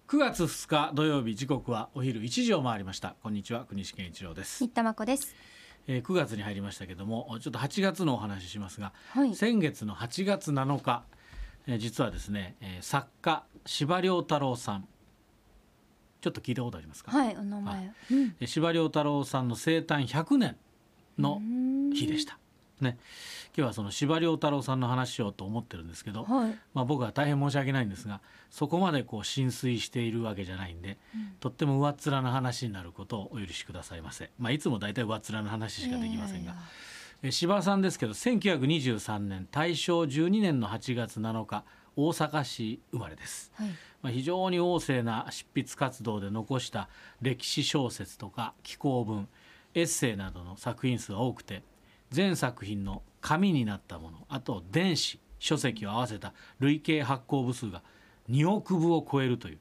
9月2日土曜日、時刻はお昼1時を回りました。こんにちは、国士健一郎です。 新田真子です。 9月に入りましたけども、ちょっと8月のお話ししますが、 はい、 先月の8月7日、実はですね、作家司馬遼太郎さん、ちょっと聞いたことありますか？ はい、お名前、 司馬遼太郎さんの生誕100年の日でしたね。今日はその司馬遼太郎さんの話をしようと思ってるんですけど、 はい、 僕は大変申し訳ないんですが、そこまでこう浸水しているわけじゃないんで、とっても上っ面な話になることをお許しくださいませ。いつも大体上っ面な話しかできませんが、司馬さんですけど、1923年大正12年の8月7日大阪市生まれです。 はい、 非常に旺盛な執筆活動で残した歴史小説とか紀行文、エッセイなどの作品数が多くて、全作品の紙になったもの、あと電子書籍を合わせた累計発行部数が2億部を超えるという、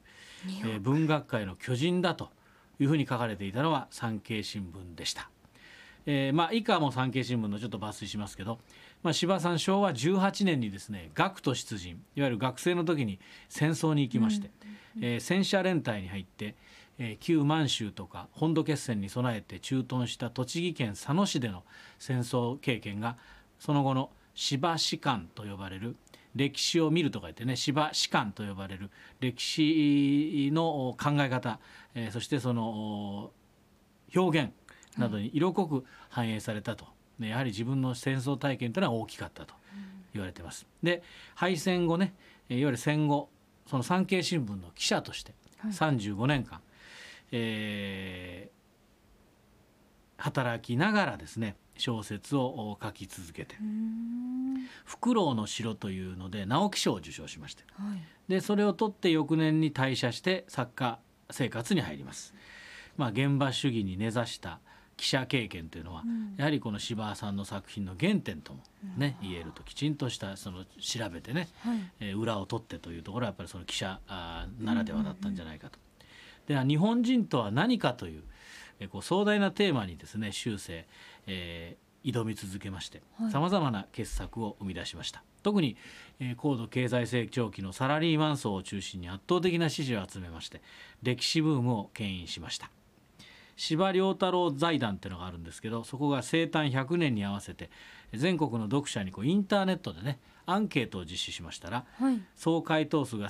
文学界の巨人だというふうに書かれていたのは産経新聞でした。以下も産経新聞のちょっと抜粋しますけど、司馬さん昭和18年にですね、学徒出陣、いわゆる学生の時に戦争に行きまして、戦車連隊に入って、旧満州とか本土決戦に備えて駐屯した栃木県佐野市での戦争経験が、その後の司馬史観と呼ばれる、歴史を見るとか言ってね、司馬史観と呼ばれる歴史の考え方、そしてその表現などに色濃く反映されたと、やはり自分の戦争体験というのは大きかったと言われています。で、敗戦後ね、いわゆる戦後、その産経新聞の記者として35年間、働きながらですね、小説を書き続けて、フクロウの城というので直木賞を受賞しまして、でそれを取って翌年に退社して作家生活に入ります。現場主義に根ざした記者経験というのは、やはりこの司馬さんの作品の原点ともね、言えると、きちんとしたその調べてね、裏を取ってというところはやっぱりその記者ならではだったんじゃないかと。では日本人とは何かという、壮大なテーマにですね終生、挑み続けまして、さまざまな傑作を生み出しました。特に、高度経済成長期のサラリーマン層を中心に圧倒的な支持を集めまして、歴史ブームを牽引しました。司馬遼太郎財団っていうのがあるんですけど、そこが生誕100年に合わせて全国の読者にインターネットでねアンケートを実施しましたら、総回答数が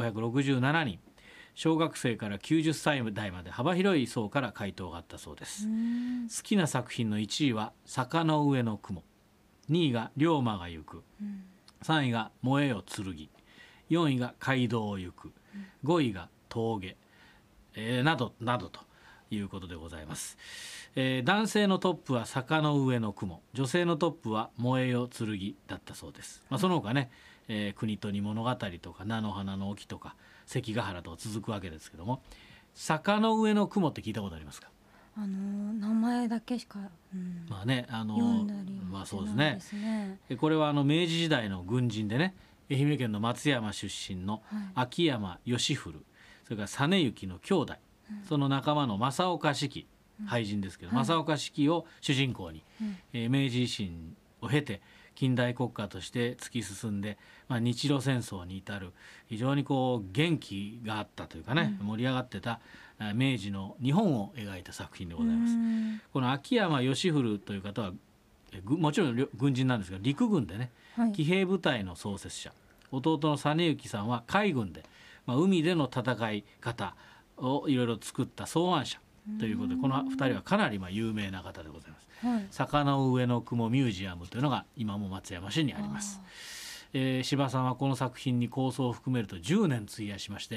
1567人、小学生から90歳代まで幅広い層から回答があったそうです。好きな作品の1位は坂の上の雲、2位が龍馬が行く、3位が燃えよ剣、4位が街道を行く、5位が峠、などなどということでございます。男性のトップは坂の上の雲、女性のトップは燃えよ剣だったそうです。その他ね、国盗物語とか菜の花の沖とか関ヶ原とか続くわけですけども、坂の上の雲って聞いたことありますか？ 名前だけしか、読んだりそうですね。これは明治時代の軍人でね、愛媛県の松山出身の秋山義古、それから実行の兄弟、その仲間の正岡子規、俳人ですけど、正岡子規を主人公に、明治維新を経て近代国家として突き進んで、日露戦争に至る非常に元気があったというかね、盛り上がってた明治の日本を描いた作品でございます。この秋山義古という方はもちろん軍人なんですが、陸軍でね、騎兵部隊の創設者、弟の実行さんは海軍で、海での戦い方をいろいろ作った草案者ということで、この2人はかなり有名な方でございます。坂の上の雲ミュージアムというのが今も松山市にあります。司馬さんはこの作品に構想を含めると10年費やしまして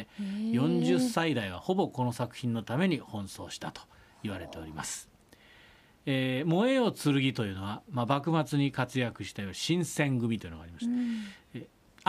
、40歳代はほぼこの作品のために奔走したと言われております。燃えよ剣というのは、幕末に活躍した新選組というのがありました。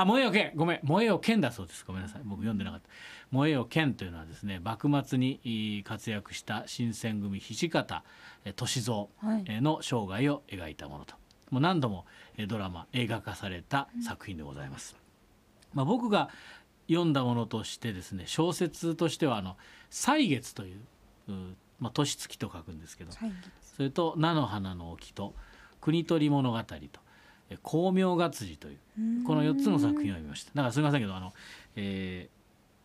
燃えよ剣、燃えよ剣だそうです。ごめんなさい、僕読んでなかった。燃えよ剣というのはですね、幕末に活躍した新選組土方歳三の生涯を描いたものと、もう何度もドラマ映画化された作品でございます。僕が読んだものとしてですね、小説としては歳月という、年月と書くんですけど、それと菜の花の沖と国盗物語と光明月次というこの4つの作品を読みました。だからすみませんけど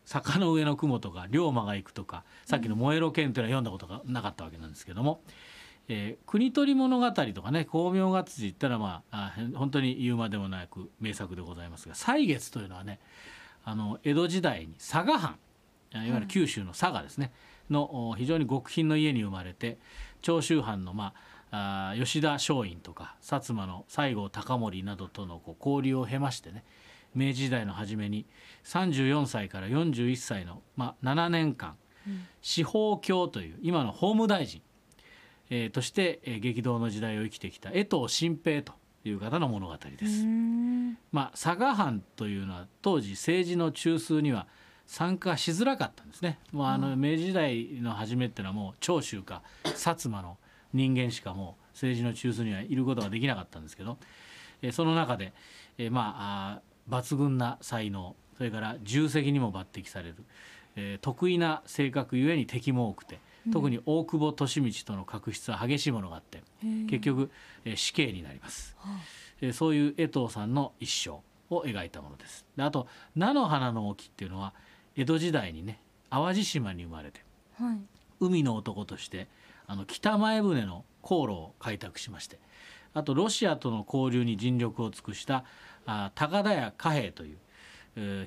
坂の上の雲とか龍馬が行くとかさっきの燃えろ剣というのは読んだことがなかったわけなんですけども、国取物語とかね光明月次ってのは、本当に言うまでもなく名作でございますが、歳月というのはね江戸時代に佐賀藩いわゆる九州の佐賀ですね、の非常に極貧の家に生まれて長州藩の、吉田松陰とか薩摩の西郷隆盛などとの交流を経ましてね、明治時代の初めに34歳から41歳の、7年間、司法卿という今の法務大臣、として、激動の時代を生きてきた江藤新平という方の物語です。佐賀藩というのは当時政治の中枢には参加しづらかったんですね。明治時代の初めっていうのはもう長州か薩摩の人間しかもう政治の中枢にはいることができなかったんですけど、その中で、抜群な才能、それから重責にも抜擢される、得意な性格ゆえに敵も多くて、特に大久保利通との確執は激しいものがあって結局、死刑になります。そういう江藤さんの一生を描いたものです。であと菜の花の沖っていうのは江戸時代にね淡路島に生まれて、海の男として北前船の航路を開拓しまして、あとロシアとの交流に尽力を尽くした高田屋貨幣という、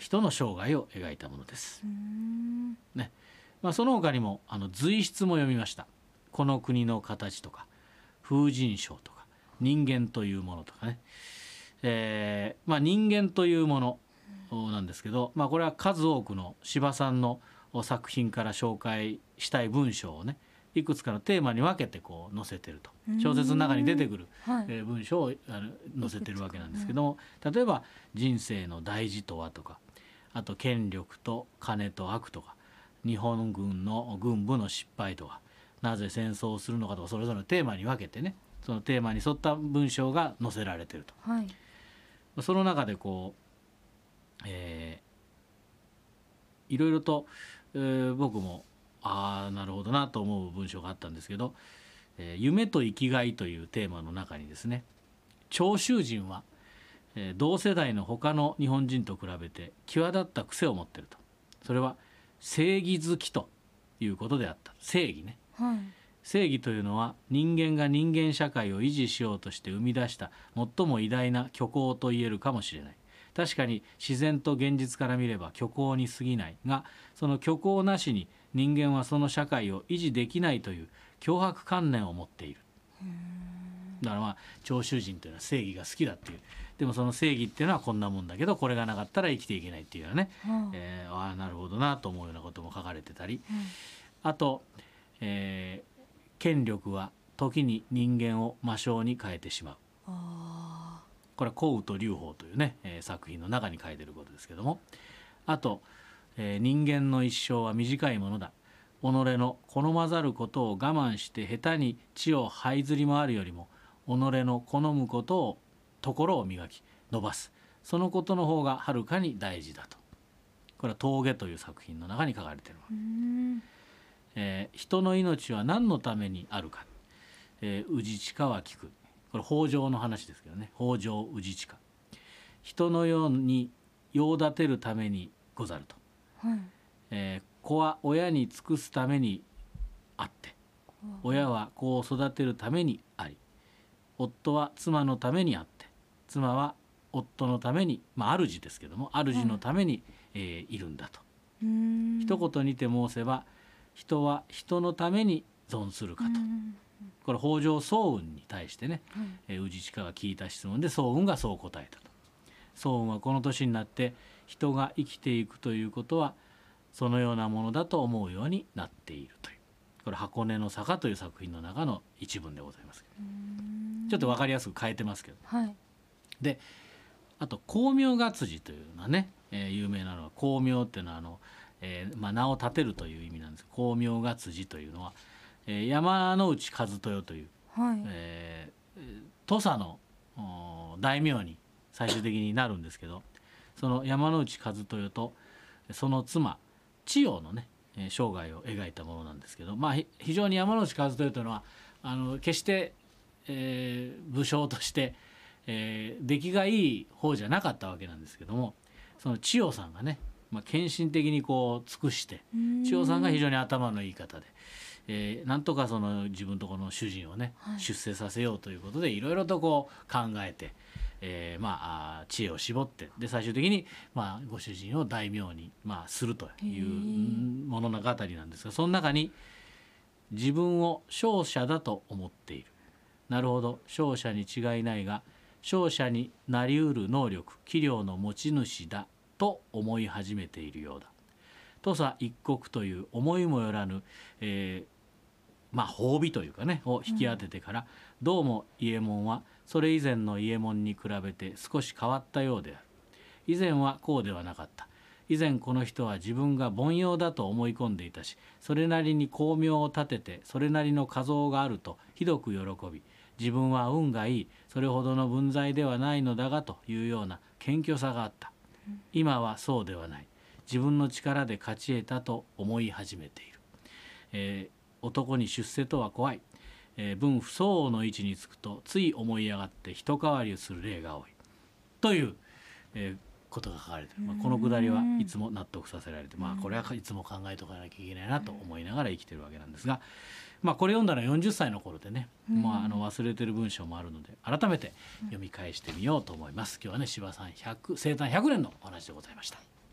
人の生涯を描いたものです。その他にも随筆も読みました。この国の形とか風神賞とか人間というものとかね、人間というものなんですけど、これは数多くの司馬さんの作品から紹介したい文章をねいくつかのテーマに分けて載せてると、小説の中に出てくる、文章を載せてるわけなんですけども、例えば人生の大事とはとか、あと権力と金と悪とか、日本軍の軍部の失敗とか、なぜ戦争をするのかとか、それぞれのテーマに分けてねそのテーマに沿った文章が載せられてると、その中でいろいろと、僕もなるほどなと思う文章があったんですけど、夢と生きがいというテーマの中にですね、長州人は、同世代の他の日本人と比べて際立った癖を持っていると。それは正義好きということであった。正義ね、正義というのは人間が人間社会を維持しようとして生み出した最も偉大な虚構と言えるかもしれない。確かに自然と現実から見れば虚構に過ぎないが、その虚構なしに人間はその社会を維持できないという強迫観念を持っている。だから長州人というのは正義が好きだっていう。でもその正義っていうのはこんなもんだけど、これがなかったら生きていけないっていうようなね、なるほどなと思うようなことも書かれてたり、あと、権力は時に人間を魔性に変えてしまう。これは幸雨と劉邦というね、作品の中に書いてることですけども、あと、人間の一生は短いものだ。己の好まざることを我慢して下手に地を這いずり回るよりも、己の好むことをところを磨き伸ばす、そのことの方がはるかに大事だと。これは峠という作品の中に書かれている。人の命は何のためにあるか、宇治地下は聞く。これ北条の話ですけどね、北条宇治地下。人のように用立てるためにござると、子は親に尽くすためにあって、親は子を育てるためにあり、夫は妻のためにあって、妻は夫のために、主ですけども主のために、いるんだと。一言にて申せば、人は人のために存するかと。これ北条早雲に対してね、宇治地下が聞いた質問で早雲がそう答えたと。早雲はこの年になって人が生きていくということはそのようなものだと思うようになっているという、これ箱根の坂という作品の中の一文でございますけど、ちょっと分かりやすく変えてますけど、であと光明月次というのはね、有名なのは、光明っていうのは名を立てるという意味なんです。光明月次というのは、山内和豊という、土佐の大名に最終的になるんですけど、その山内和豊とその妻千代のね生涯を描いたものなんですけど、非常に山内和豊というのは決して、武将として、出来がいい方じゃなかったわけなんですけども、その千代さんがね献身的にこう尽くして、千代さんが非常に頭のいい方で、なんとかその自分とこの主人をね、出世させようということでいろいろとこう考えて、知恵を絞ってで最終的に、ご主人を大名に、するという物語なんですが、その中に自分を勝者だと思っている。なるほど、勝者に違いないが勝者になりうる能力器量の持ち主だと思い始めているようだ。土佐一国という思いもよらぬ、褒美というかねを引き当ててから、どうも伊右衛門はそれ以前の伊右衛門に比べて少し変わったようである。以前はこうではなかった。以前この人は自分が凡庸だと思い込んでいたし、それなりに功名を立ててそれなりの家蔵があるとひどく喜び、自分は運がいい、それほどの分際ではないのだがというような謙虚さがあった。今はそうではない。自分の力で勝ち得たと思い始めている。男に出世とは怖い。分不相応の位置につくとつい思い上がって一変わりする例が多いという、ことが書かれている。このくだりはいつも納得させられて、これはいつも考えとかなきゃいけないなと思いながら生きてるわけなんですが、これ読んだのは40歳の頃でね、忘れてる文章もあるので改めて読み返してみようと思います。今日はね、司馬さん生誕100年のお話でございました。